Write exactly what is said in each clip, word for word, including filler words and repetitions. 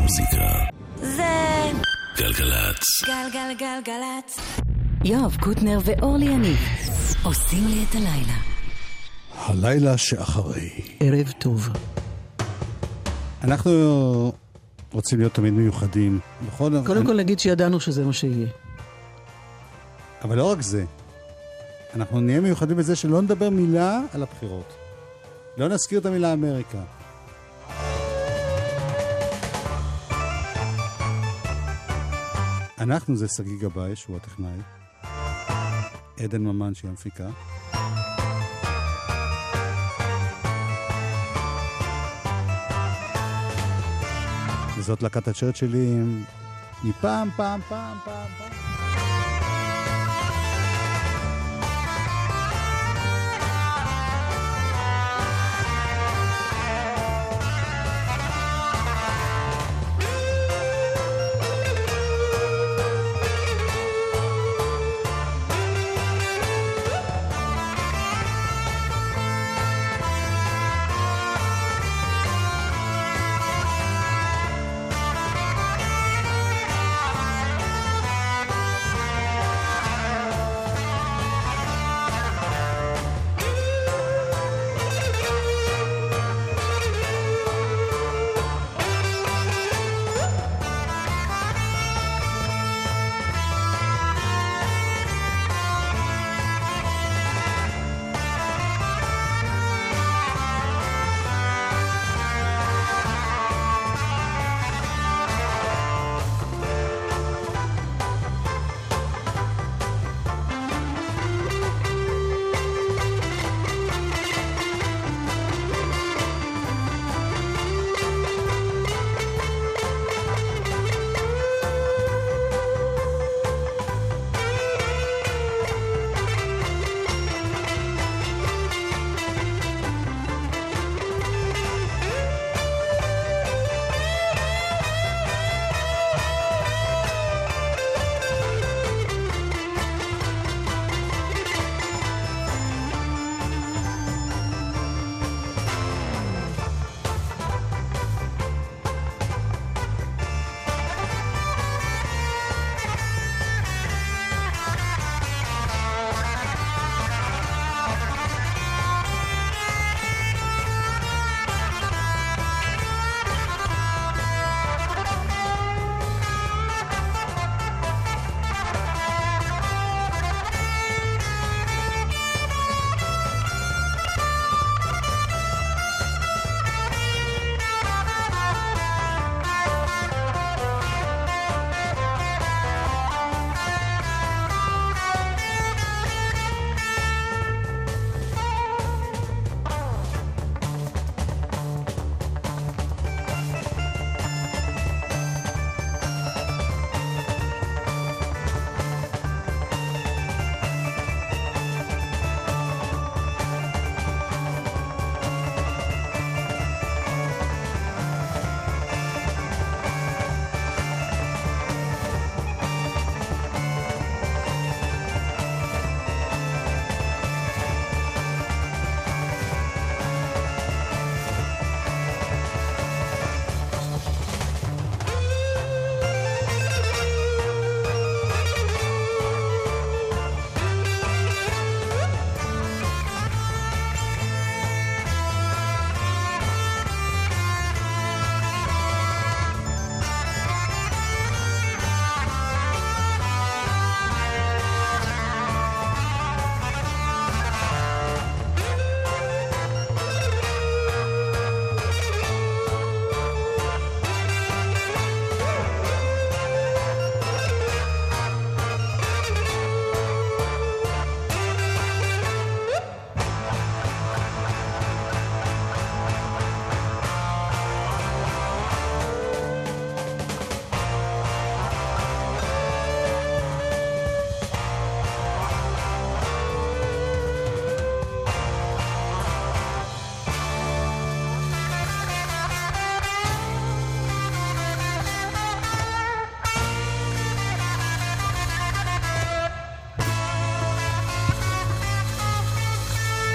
המוזיקה זה גלגלצ. גלגלגלגלצ. יואב קוטנר ואורלי יניב עושים לי את הלילה. הלילה שאחרי. ערב טוב. אנחנו רוצים להיות תמיד מיוחדים. קודם כל נגיד שידענו שזה מה שיהיה. אבל לא רק זה. אנחנו נהיה מיוחדים בזה שלא נדבר מילה על הבחירות. לא נזכיר את המילה אמריקה. אנחנו זה סגי גבאי, שהוא הטכנאי. עדן ממן שהיא המפיקה. וזאת להקת הצ'רט שלי מפעם, פעם, פעם, פעם, פעם.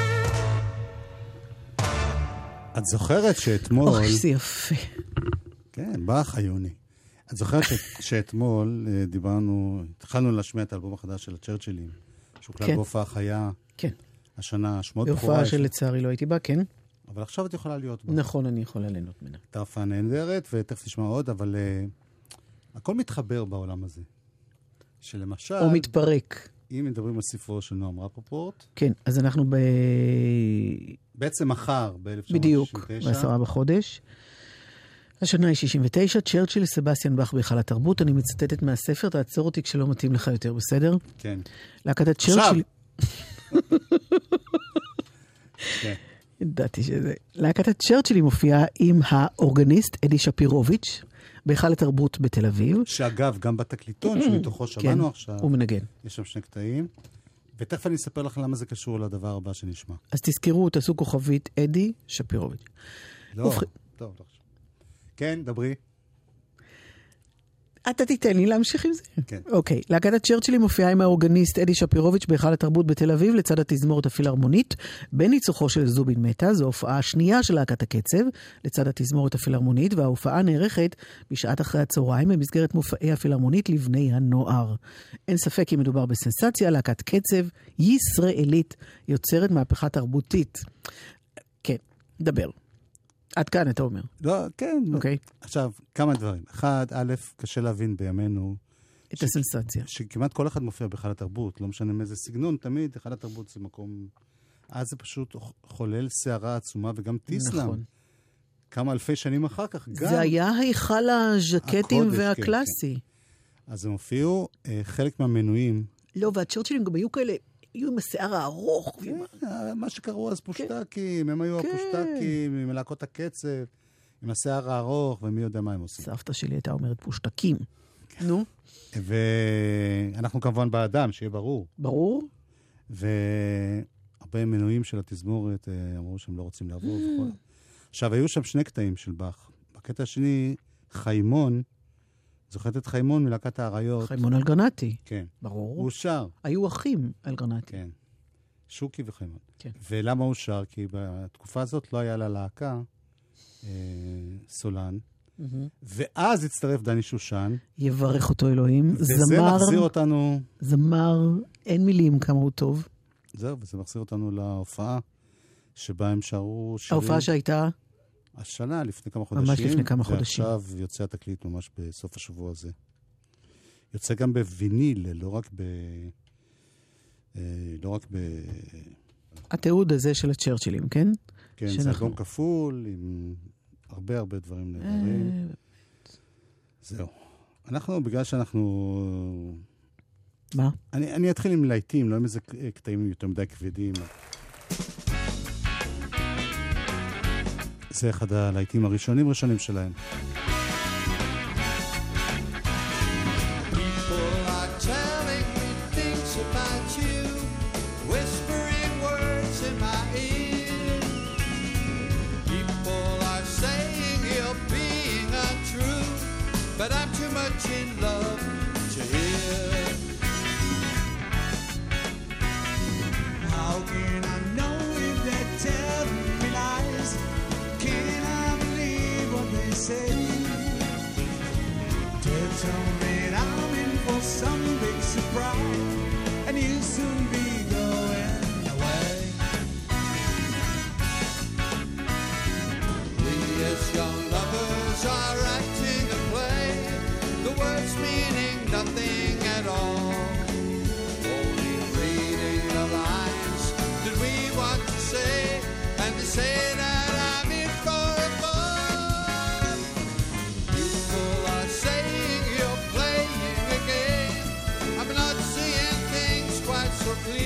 את זוכרת שאתמול... אוי, זה יפה. כן, בא חיוני. את זוכרת שאתמול דיברנו, התחלנו להשמיע את האלבום החדש של הצ'רצ'ילים, שהוקלט בהופעה חיה. כן. השנה, שמות בחורה. בהופעה שלצערי לא הייתי בה, כן. אבל עכשיו את יכולה להיות בה. נכון, אני יכולה ליהנות ממנה. הייתה הופעה נהדרת, ותכף תשמע עוד, אבל הכל מתחבר בעולם הזה. שלמשל... או מתפרק. אם מדברים על ספרו של נועם רפפורט. כן, אז אנחנו ב... בעצם מחר, ב-אלף תשע מאות שישים ותשע. בדיוק, בעשרה בחודש. השנה היא שישים ותשע, צ'רצ'יל, סבסטיאן באך בהיכל התרבות. אני מצטטת מהספר, תעצור אותי כשלא מתאים לך יותר, בסדר? כן. להקת הצ'רצ'יל... כן. ידעתי שזה. להקת הצ'רצ'ילים מופיעה עם האורגניסט אדי שפירוביץ' בהיכל התרבות בתל אביב. שאגב, גם בתקליטון שמתוכו שמענו עכשיו. הוא מנגן. יש שם שני קטעים. ותכף אני אספר לך למה זה קשור לדבר הבא שנשמע. אז תזכרו, תעשו כוכבית אדי שפירוביץ'. לא, טוב, לא. כן, דברי. אתה תיתן לי להמשיך עם זה. כן. אוקיי. להקת הצ'רצ'ילים מופיעה עם האורגניסט אדי שפירוביץ' בהיכל התרבות בתל אביב, לצד התזמורת הפילהרמונית, בניצוחו של זובין מטה. זו הופעה השנייה של להקת הקצב, לצד התזמורת הפילהרמונית, וההופעה נערכת בשעת אחרי הצהריים, במסגרת מופעי הפילהרמונית לבני הנוער. אין ספק כי מדובר בסנסציה, להקת קצב ישראלית, יוצרת מהפכה תרבותית. כן, דבר. עד כאן, אתה אומר. לא, כן. אוקיי. עכשיו, כמה דברים. אחד, א', קשה להבין בימינו... את הסנסציה. שכמעט כל אחד מופיע בהיכל התרבות, לא משנה מאיזה סגנון, תמיד היכל התרבות זה מקום... אז זה פשוט חולל שערה עצומה וגם טיסלאם. נכון. כמה אלפי שנים אחר כך, גם... זה היה היכל הז'קטים והקלאסי. כן, כן. אז הם הופיעו, חלק מהמנויים... לא, והצ'רצ'ילים גם היו כאלה... היו עם השיער הארוך. כן, מה שקראו אז פושטקים, הם היו הפושטקים, עם מלהקות הקצב, עם השיער הארוך, ומי יודע מה הם עושים. סבתא שלי הייתה אומרת פושטקים. נו. ואנחנו כמובן באדם, שיהיה ברור. ברור. והרבה מנויים של התזמורת אמרו שהם לא רוצים לעבור. עכשיו, היו שם שני קטעים של באך. בקטע השני, חיימון, זוכרת את חיימון מלהקת האריות. חיימון אלגרנטי. כן. ברור. הוא שר. היו אחים אלגרנטי. כן. שוקי וחיימון. כן. ולמה הוא שר? כי בתקופה הזאת לא היה לה להקה, אה, סולן. Mm-hmm. ואז הצטרף דני שושן. יברך אותו אלוהים. וזה זמר, מחזיר אותנו... זמר, אין מילים כמה הוא טוב. זהו, וזה מחזיר אותנו להופעה, שבה הם שרו שירים. ההופעה שהייתה... השנה, לפני כמה חודשים. ממש לפני כמה חודשים. ועכשיו יוצא התקליט ממש בסוף השבוע הזה. יוצא גם בוויניל, לא רק ב... לא רק ב... התיעוד הזה של הצ'רצ'ילים, כן? כן, זה אלבום כפול, עם הרבה הרבה דברים נהדרים. זהו. אנחנו, בגלל שאנחנו... מה? אני, אני אתחיל עם להיטים, לא עם איזה קטעים יותר מדי כבדים. זה אחד הלהיטים הראשונים ראשונים שלהם. But I'm too much in love to hear. How can I know if they're telling me lies? Can I believe what they say? They tell me I'm in for some big surprise, and you'll soon be going away. We as young lovers are acting a play, the words meaning nothing at all, only reading the lines that we want to say, and to say that I'm in for a ball. People are saying you're playing a game, I'm not seeing things quite so clear.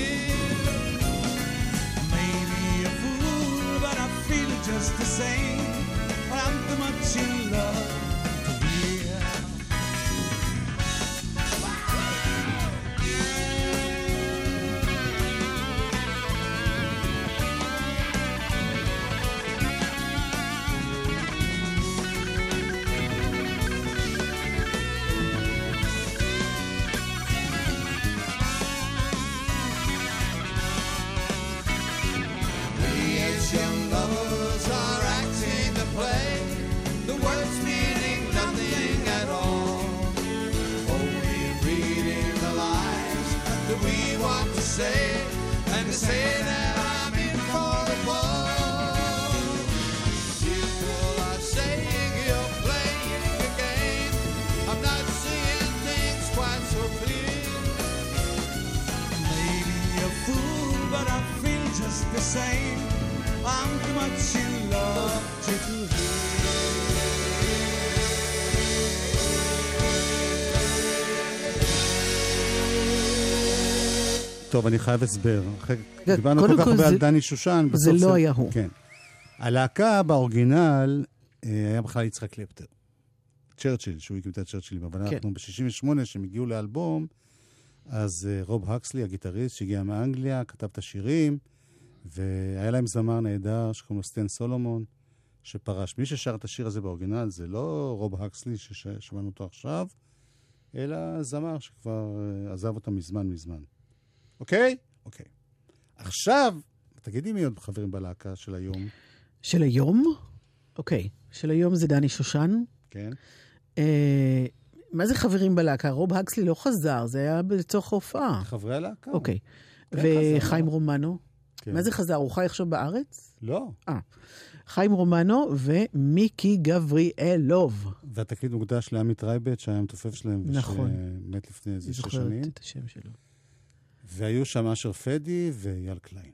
טוב, אני חייב הסבר. דיברנו כל כך הרבה על דני שושן. זה לא היה הוא. כן. הלהקה באורגינל היה בכלל יצחק קלפטר. צ'רצ'יל, שהוא הקים את הצ'רצ'ילים, אבל אנחנו ב-שישים ושמונה, שהם הגיעו לאלבום, אז רוב הקסלי, הגיטריסט, שהגיע מאנגליה, כתב את השירים, והיה להם זמר נהדר, שקוראים לו סטן סולומון, שפרש. מי ששר את השיר הזה באורגינל, זה לא רוב הקסלי, ששמענו אותו עכשיו, אלא זמר שכבר עזב אותם מזמן מזמן. אוקיי? אוקיי. עכשיו, תגידי מי עוד חברים בלהקה של היום? של היום? אוקיי. של היום זה דני שושן. כן. אה, מה זה חברים בלהקה? רוב הקסלי לא חזר, זה היה בצורך הופעה. חברי הלהקה. אוקיי. וחיים רומנו? מה זה חזר? הוא חי עכשיו בארץ? לא. אה. חיים רומנו ומיקי גבריאלוב. והתקליט מוקדש לעמית רייבט, שהיה מתופף שלהם, נכון. ושמת לפני איזה שש שנים. זוכרת את השם שלו. והיו שם אשר פדי ואייל קליין.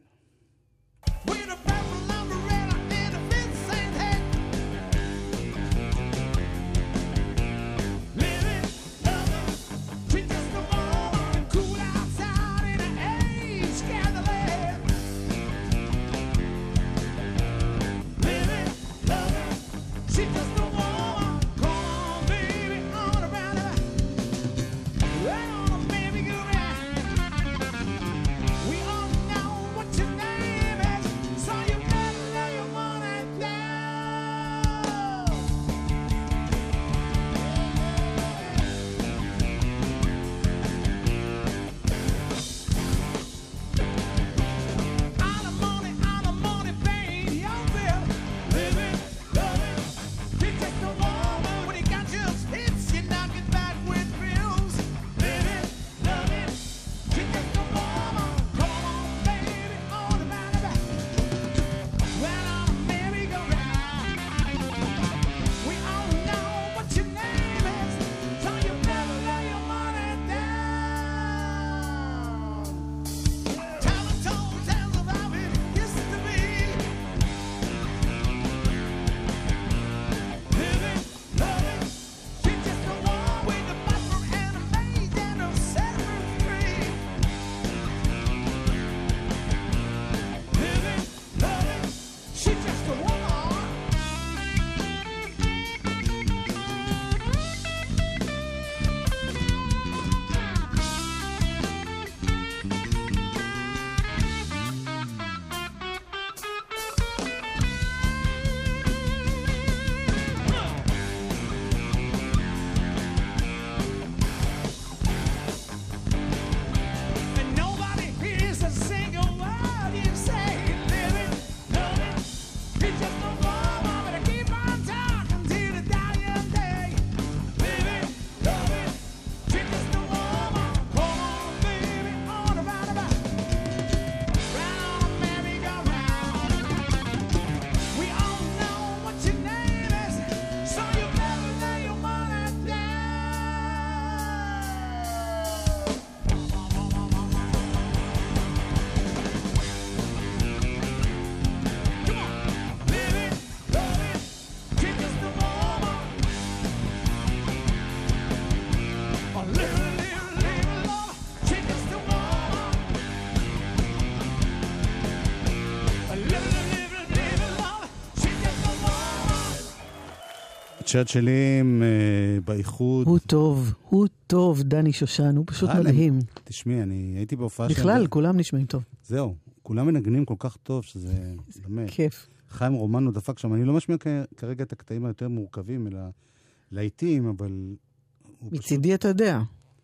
צ'רצ'ילים באיחוד. הוא טוב, הוא טוב, דני שושן, הוא פשוט מדהים. תשמעי, אני הייתי בהופעה שלהם. בכלל, כולם נשמעים טוב. זהו, כולם מנגנים כל כך טוב, שזה באמת. כיף. חיים רומנו דפק שם, אני לא משמיע כרגע את הקטעים היותר מורכבים, אלא לעיתים, אבל... מצידי אתה יודע.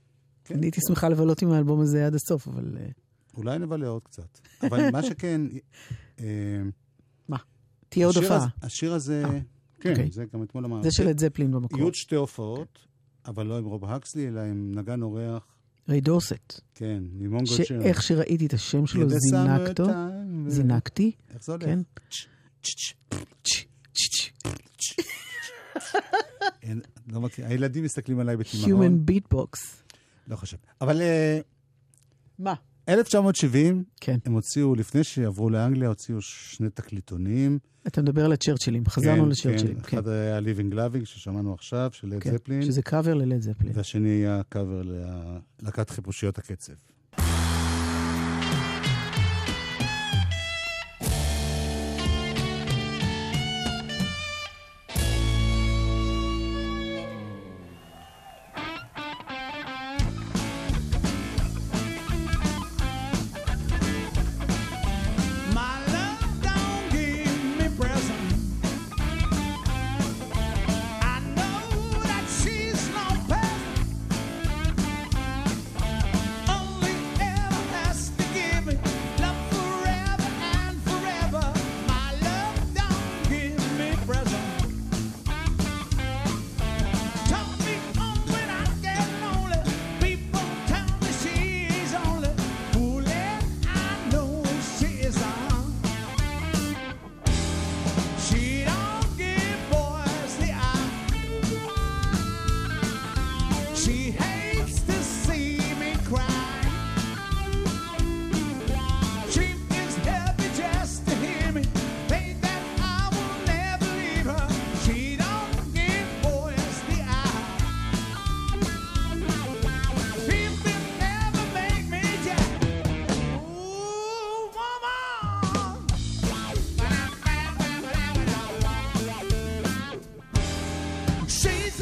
אני הייתי שמחה לבלות עם האלבום הזה עד הסוף, אבל... אולי נבלה עוד קצת. אבל מה שכן... מה? תהיה עוד הופעה. השיר הזה... כן, זה גם אתמול אמרתי. זה של את זפלין במקור. יהיו שתי הופעות, אבל לא עם רוב הקסלי, אלא עם נגן אורח. ריי דורסט. כן, עם מונגו צ'ר. שאיך שראיתי את השם שלו, זינקתו. זינקתי. איך זה הולך? כן. הילדים מסתכלים עליי בתימרון. Human beatbox. לא חושב. אבל... מה? אלף תשע מאות שבעים, כן. הם הוציאו, לפני שעברו לאנגליה, הוציאו שני תקליטונים. אתה מדבר על הצ'רצ'ילים, חזרנו לצ'רצ'ילים. כן, אחד היה Living Loving, ששמענו עכשיו, של לד זפלין. שזה קאבר ללד זפלין. והשני היה קאבר ללהקת חיפושיות הקצב.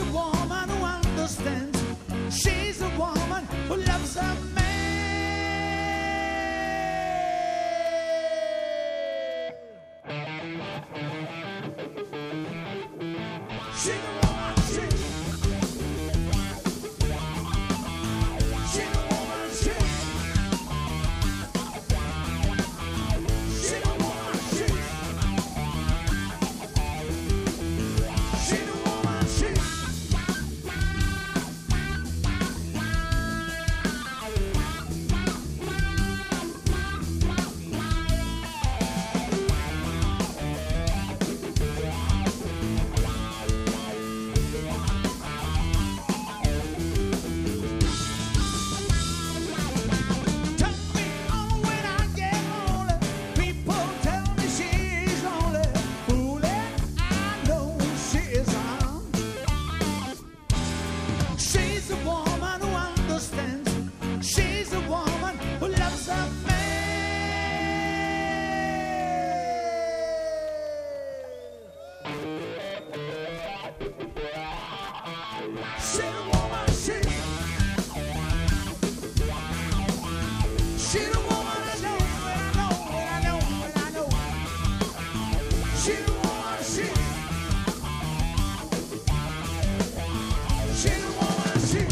a woman who understands. She's a woman who loves a man. She's a woman, she. She's a woman, she. She's a woman, she. She's a woman, she. Tell me on when I get older. People tell me she's lonely. Fooling, I know she isn't. She's a woman who understands. She's a woman who loves a man. She's a woman, she. She's a woman I know, and I know, and I know, and I know. She's a woman, she. She's a woman, she.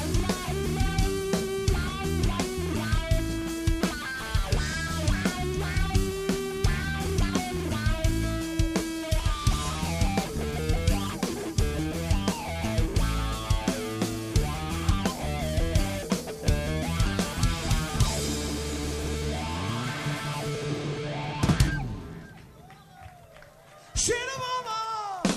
She's a woman.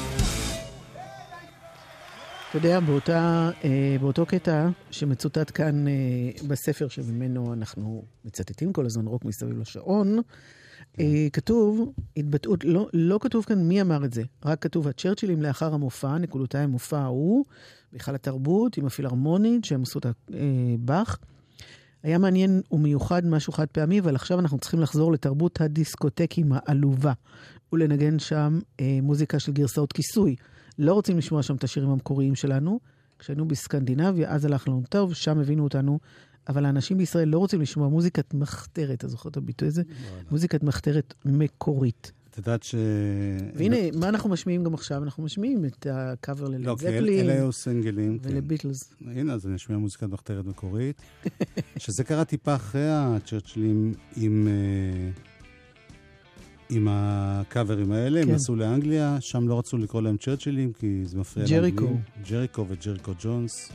אתה יודע, באותה, אה, באותו קטע שמצוטט כאן אה, בספר שממנו אנחנו מצטטים כל הזמן רוק מסביב לשעון, אה, כתוב, התבטאות, לא, לא כתוב כאן מי אמר את זה, רק כתוב הצ'רצ'ילים לאחר המופע, נקודותיי המופע ההוא, בהיכל התרבות עם הפילהרמונית שהם עשו את הבח. היה מעניין ומיוחד משהו חד פעמי, אבל עכשיו אנחנו צריכים לחזור לתרבות הדיסקוטקים העלובה, ולנגן שם אה, מוזיקה של גרסאות כיסוי. לא רוצים לשמוע שם את השירים המקוריים שלנו. כשהיינו בסקנדינביה, אז הלך לנו טוב, שם הבינו אותנו, אבל האנשים בישראל לא רוצים לשמוע מוזיקת מחתרת, אתה זוכר את הביטוי הזה? מוזיקת מחתרת מקורית. את יודעת ש... והנה, מה אנחנו משמיעים גם עכשיו? אנחנו משמיעים את הקאבר ללד לא, כי אל- זפלין אלה היו סינגלים. כן. ולביטלס. הנה, אז אני אשמיע מוזיקת מחתרת מקורית. שזה קרה טיפה אחרי הצ'רצ'ילים עם... אה, עם הקאברים האלה, הם כן. נסעו לאנגליה, שם לא רצו לקרוא להם צ'רצ'ילים, כי זה מפריע ג'ריקו. לאנגלים. ג'ריקו וג'ריקו ג'ונס.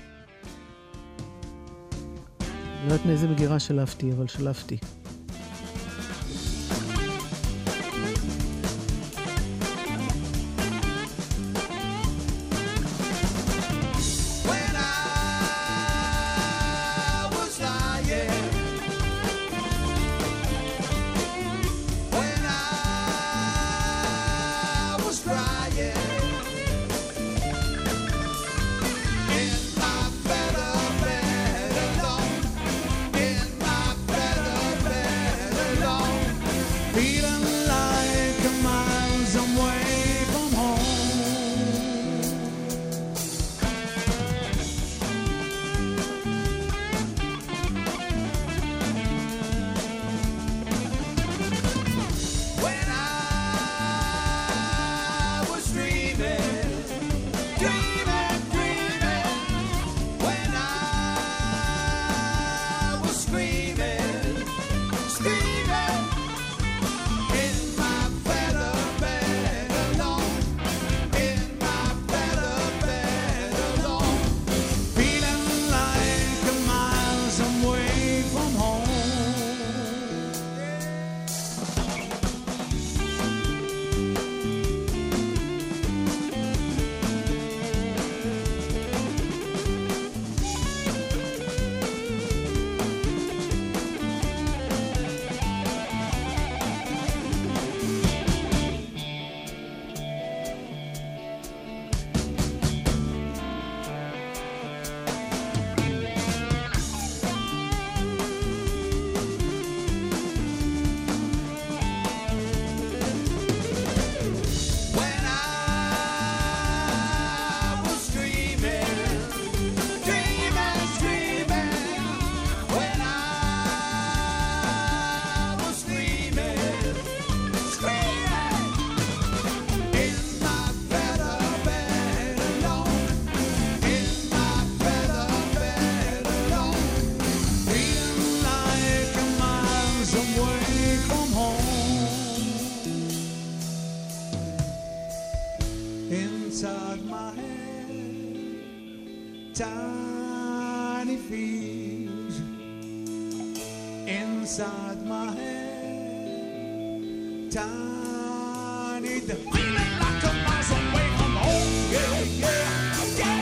לא יודעת מאיזה מגירה שלפתי, אבל שלפתי. When I was lying, when I was crying in my feather bed alone, in my feather bed. tiny feet inside my head. Tiny, the feeling like a miles away from home. Yeah, yeah, yeah.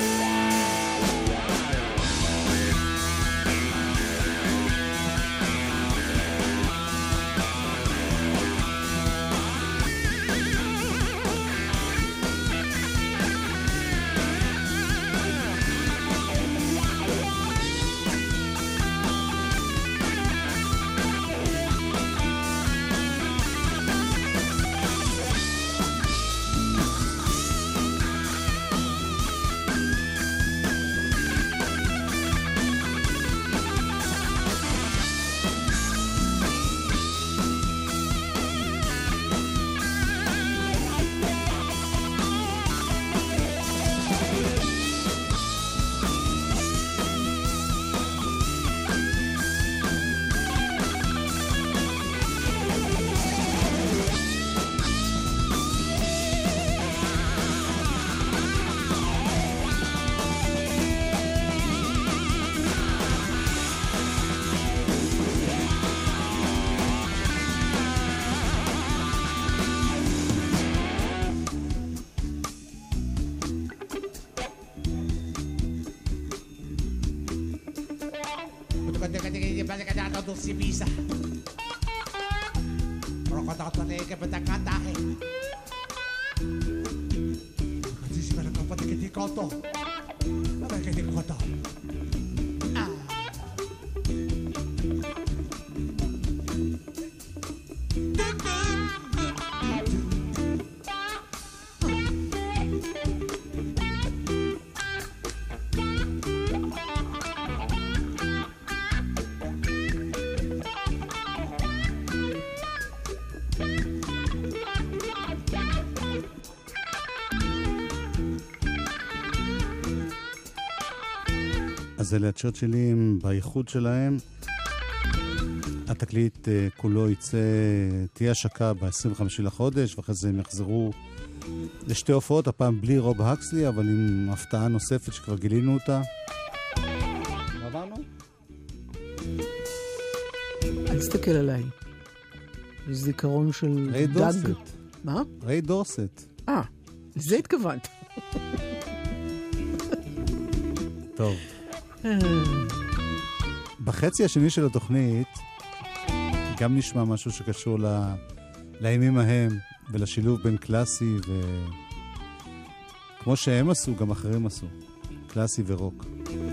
Si Bisa Rokotakotake ke petakatake Kasi si para kapatid kiti koto Apa kiti koto Ah אז אלה הצ'רצ'ילים בייחוד שלהם. התקליט כולו יצא, תהיה השקה ב-עשרים וחמישה לחודש, ואחרי זה הם יחזרו לשתי הופעות, הפעם בלי רוב הקסלי, אבל עם הפתעה נוספת שכבר גילינו אותה. מה עברנו? אל תסתכל עליי. יש זיכרון של ריי דג. דורסט. מה? ריי דורסט. אה, לזה התכוונת. טוב. בחצי השני של התוכנית גם נשמע משהו שקשור ל... לימים ההם ולשילוב בין קלאסי ו... כמו שהם עשו, גם אחרים עשו. קלאסי ורוק.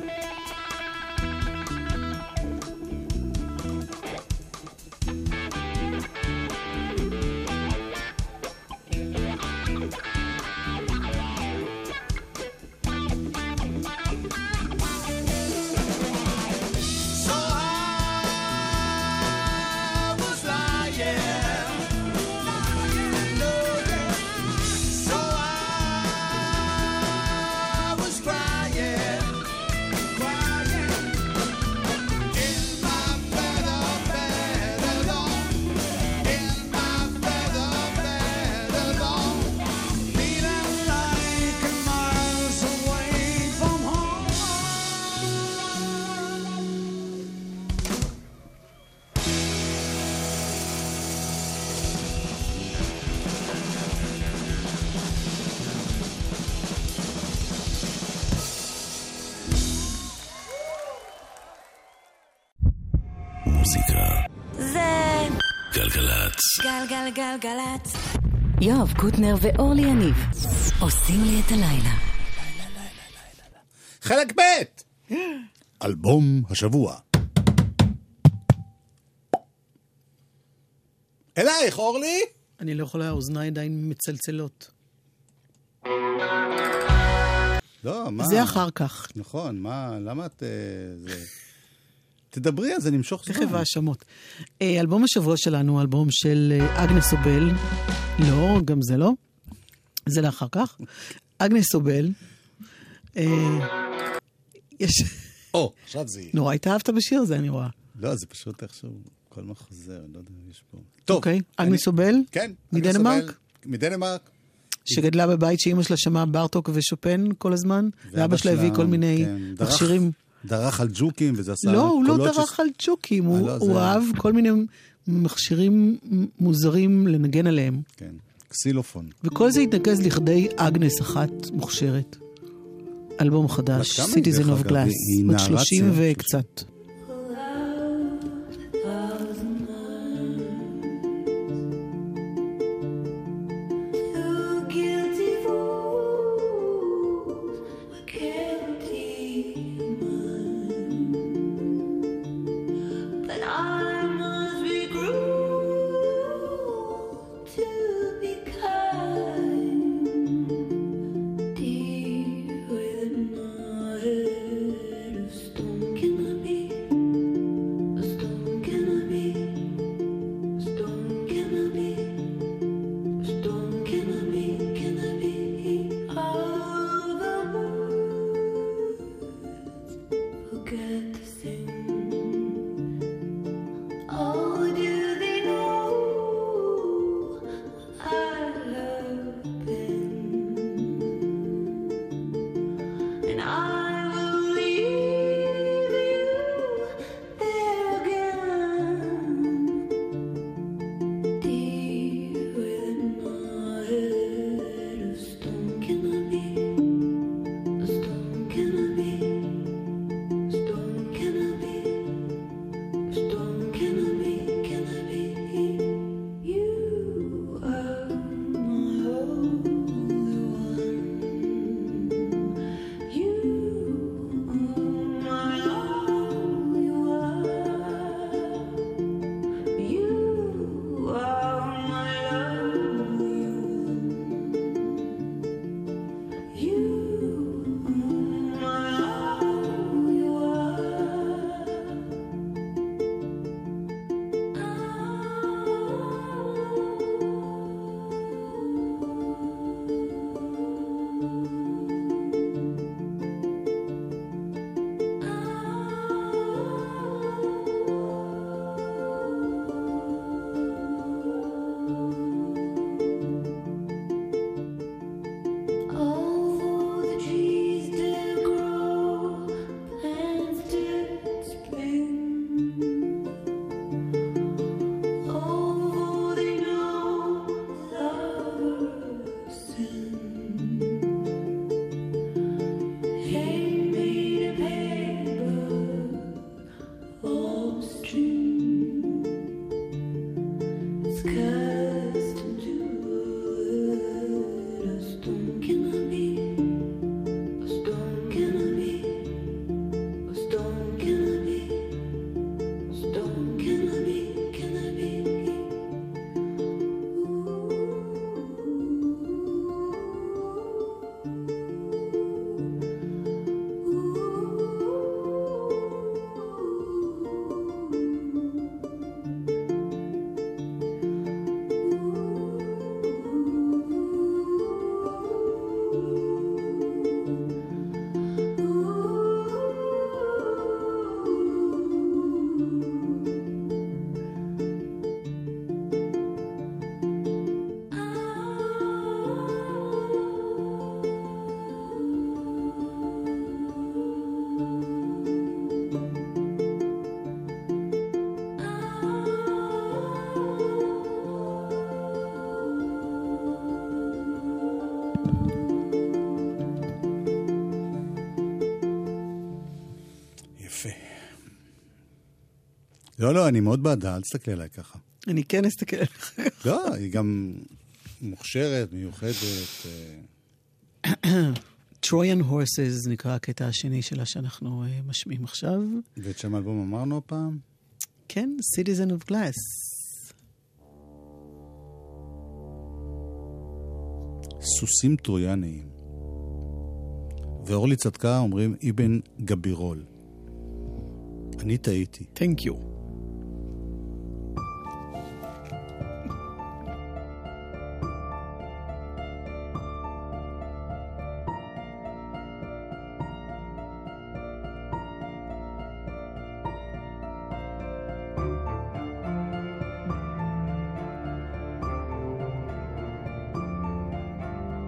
גלגלגלגלצ. יואב קוטנר ואורלי יניב עושים לי את הלילה. חלק ב' אלבום השבוע. אלייך, אורלי? אני לא יכולה, האוזניי עדיין מצלצלות. לא, מה? זה אחר כך. נכון, מה, למה את... זה... תדברי, אז אני אמשוך זמן. תכף האשמות. אלבום השבוע שלנו, אלבום של אגנס אובל. לא, גם זה לא. זה לאחר כך. אגנס אובל. יש... או, עכשיו זה יהיה. נורא התאהבת בשיר הזה, אני רואה. לא, זה פשוט איכשהו כל מה חוזר, לא יודע, יש פה... טוב. אוקיי, אגנס אובל? כן. מדנמרק? מדנמרק. שגדלה בבית שאמא שלה שמעה בארטוק ושופן כל הזמן, ואבא שלה הביא כל מיני כן, מכשירים. דרך על ג'וקים, וזה עשה לא, הוא לא קולות דרך ש- על ג'וקים, הוא, לא, הוא זה- אהב כל מיני מכשירים מוזרים לנגן עליהם. כן, קסילופון. וכל זה התנקז לכדי אגנס אחת מוכשרת. אלבום חדש, בת כמה היא, Citizen דרך of אגב? Glass, היא בת נערה שלושים צעירה, וקצת. לא, לא, אני מאוד בעדה, אל תסתכלי עליי ככה. אני כן אסתכל עליך. לא, היא גם מוכשרת, מיוחדת. Trojan Horses נקרא הקטע השני שלה שאנחנו uh, משמיעים עכשיו. ואת שם האלבום אמרנו הפעם? כן, Citizen of Glass. סוסים טרויאניים. ואורלי צדקה אומרים אבן גבירול. אני טעיתי. Thank you. Thank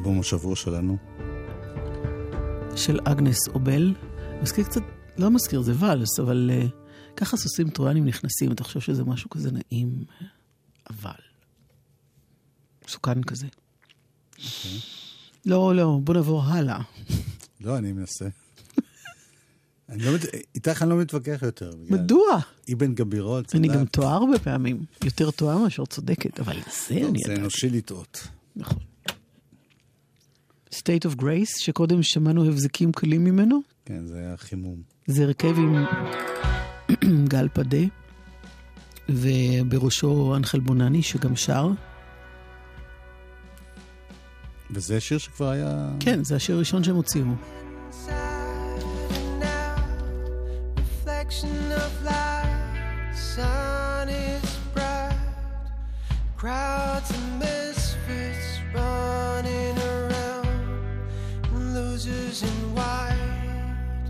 אלבום השבוע שלנו. של אגנס אובל. מזכיר קצת, לא מזכיר, זה ולס, אבל uh, ככה סוסים טרויאנים נכנסים, אתה חושב שזה משהו כזה נעים, אבל מסוכן כזה. אוקיי. לא, לא, בוא נעבור הלאה. לא, אני מנסה. אני לא, איתך אני לא מתווכח יותר. מדוע? אבן גבירול, צדק. אני גם טועה הרבה פעמים. יותר טועה מאשר צודקת, אבל זה לא, אני זה ידעתי. אנושי לטעות. נכון. State of Grace, שקודם שמענו הבזקים קלים ממנו. כן, זה היה חימום. זה הרכב עם גל פדה, ובראשו אנחל בונני, שגם שר. וזה שיר שכבר היה... כן, זה השיר הראשון שהם הוציאו. Reflection of light, sun is bright, crowds of misfits running around, losers in white.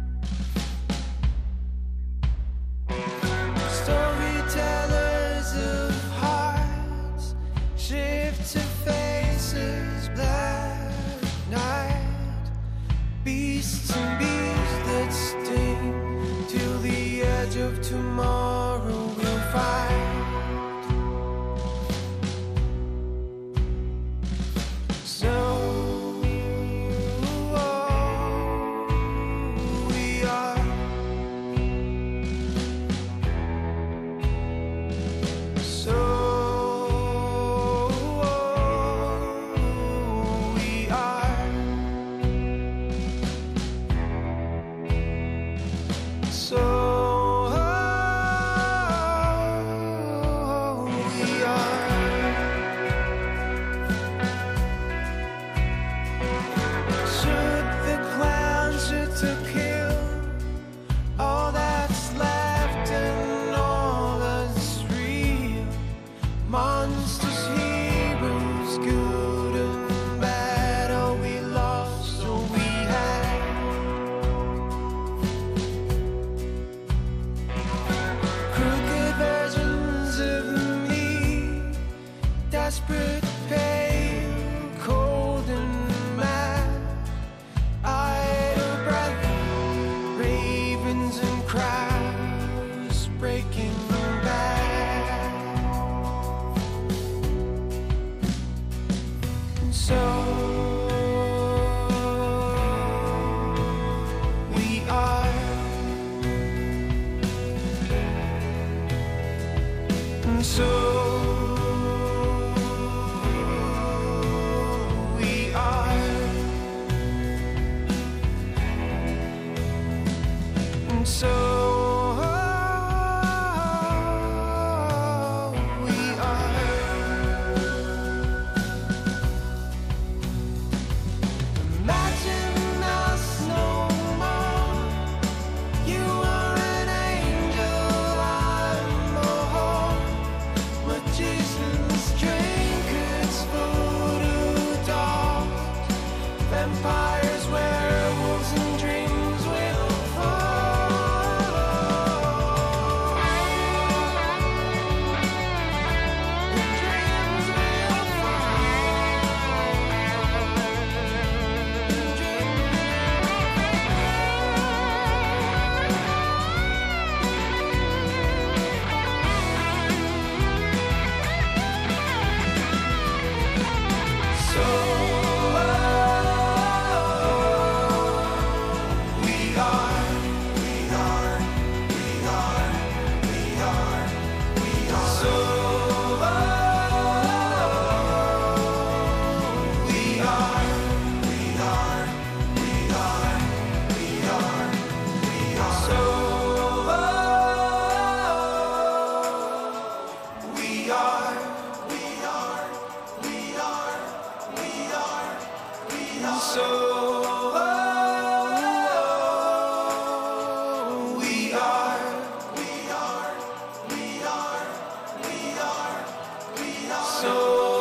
Storytellers of hearts shift to faces black night, beasts and beasts that sting. Till the edge of tomorrow we'll fight. So we are. So we are. So we are. Shoot the clown, shoot to kill all that's left and all that's real. Monsters, heroes, good and bad. All we lost, all we had. Crooked versions of me, desperate, pale, cold and mad. Idle breath, ravens and crows breaking bad. And so we are. And so we are. And so we are. Imagine us no more. You are an angel, I'm a whore. Magicians, trinkets, voodoo dolls, vampires, werewolves, and dreams will fall. Dreams will So we are, we are, we are, we are, we are. So we are, we are, we are, we are, we are. So we are, we are, we are, we are, we are. So we are, we are, we are, we are, we are. So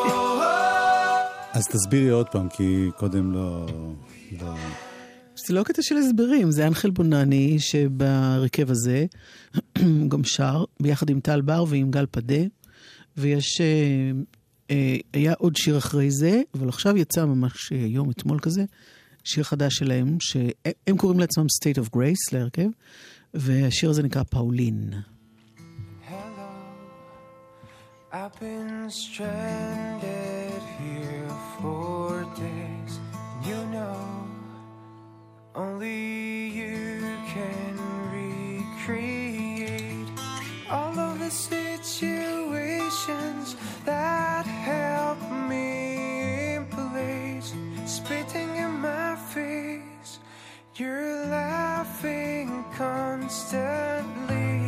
אז תסבירי עוד פעם, כי קודם לא... לא... זה לא קטע של הסברים, זה אנחל בונני שברכב הזה הוא גם שר ביחד עם טל בר ועם גל פדה, ויש אה, היה עוד שיר אחרי זה, אבל עכשיו יצא ממש יום, אתמול כזה, שיר חדש שלהם, שהם קוראים לעצמם State of Grace להרכב, והשיר הזה נקרא פאולין. Hello, I've been stranded here for days. You know, only you can recreate all of the situations that help me in place. Spitting in my face, you're laughing constantly,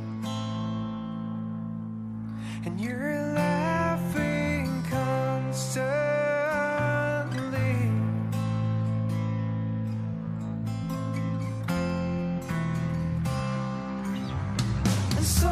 and you're laughing constantly. And so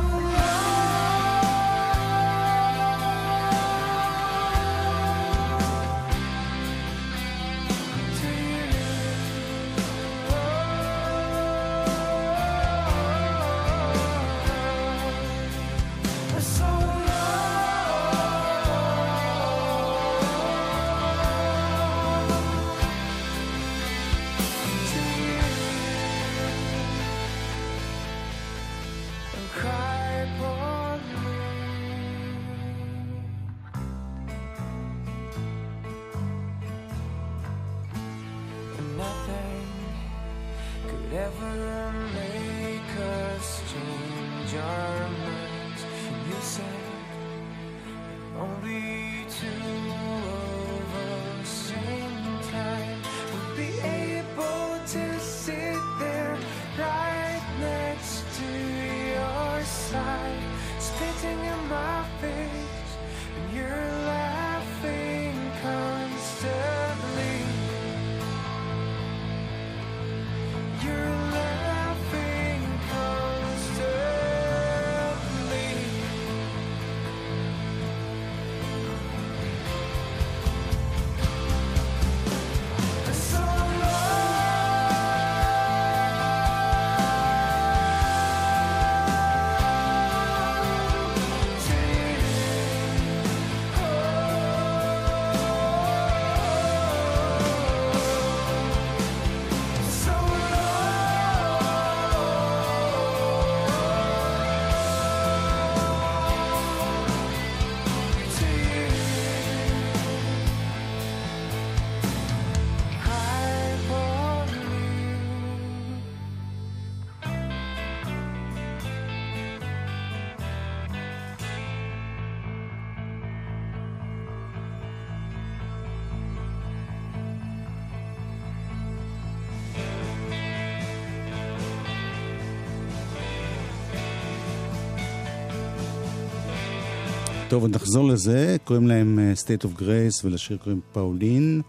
טוב, נחזור לזה. קוראים להם State of Grace, ולשיר קוראים פאולין,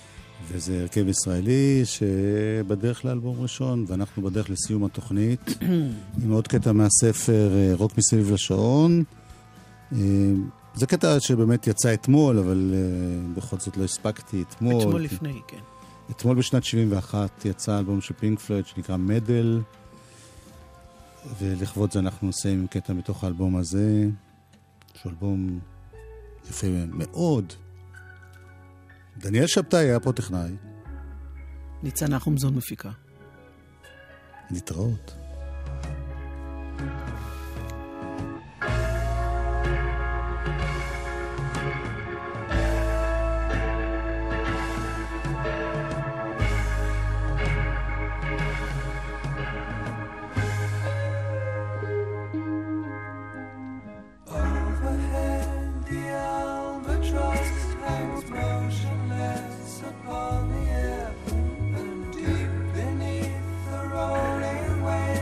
וזה הרכב ישראלי שבדרך לאלבום ראשון, ואנחנו בדרך לסיום התוכנית, עם עוד קטע מהספר רוק מסביב לשעון. זה קטע שבאמת יצא אתמול, אבל בכל זאת לא הספקתי אתמול. אתמול לפני, כן. אתמול בשנת שבעים ואחת יצא אלבום של פינק פלויד שנקרא מדל, ולכבוד זה אנחנו נסיים עם קטע מתוך האלבום הזה, שהוא אלבום יפה מאוד. דניאל שבתאי היה פה טכנאי. ניצן נחומזון מפיקה. נתראות. Upon the air, and deep beneath the rolling waves.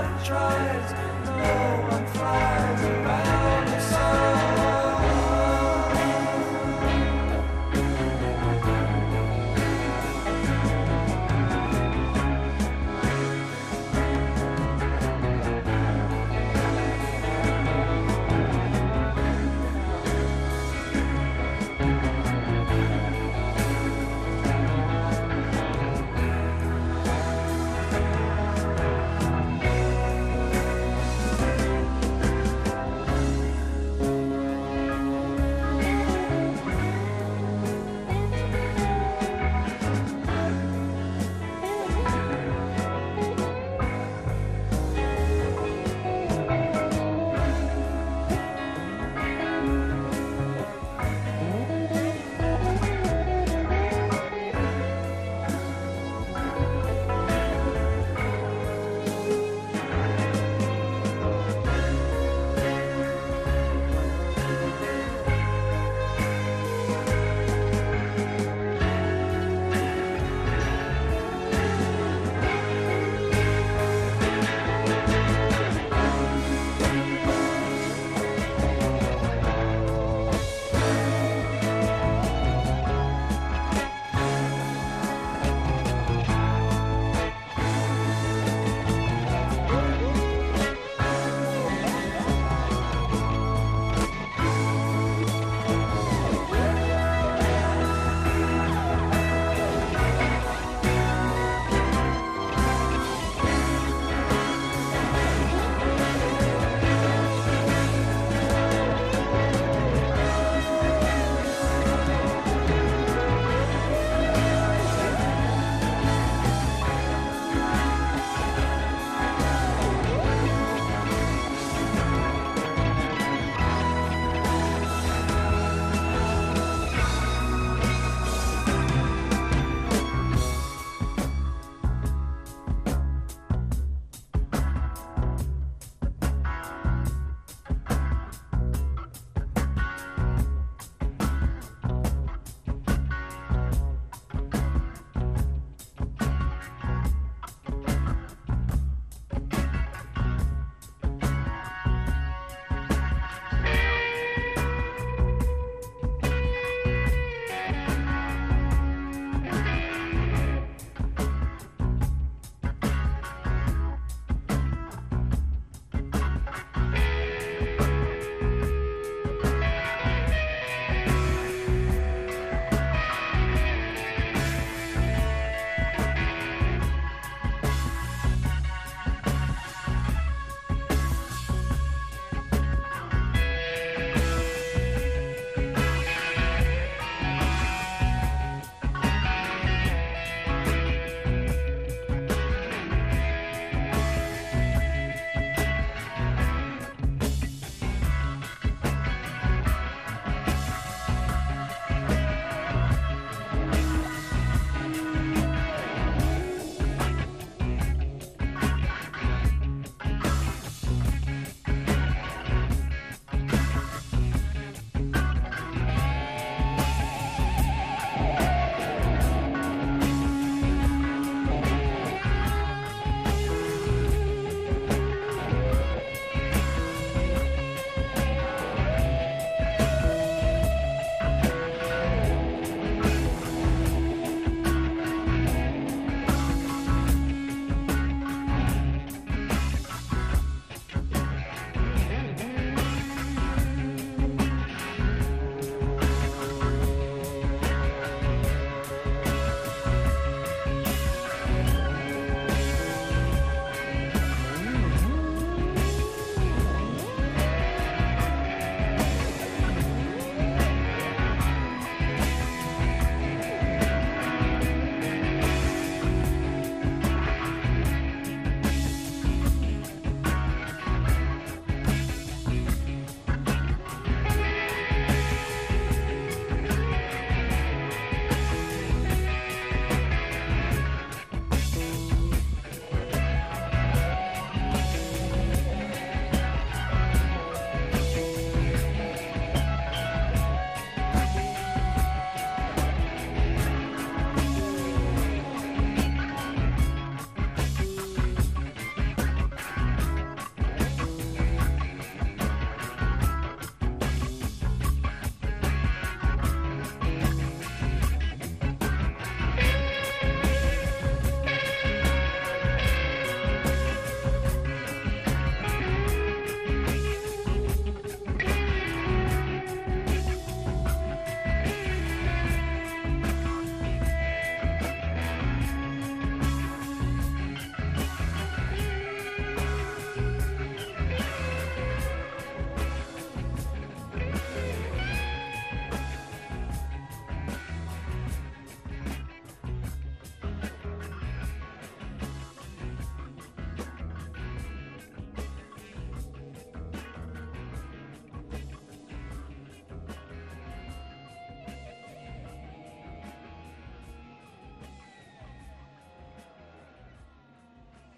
I've tried. No, I'm fine.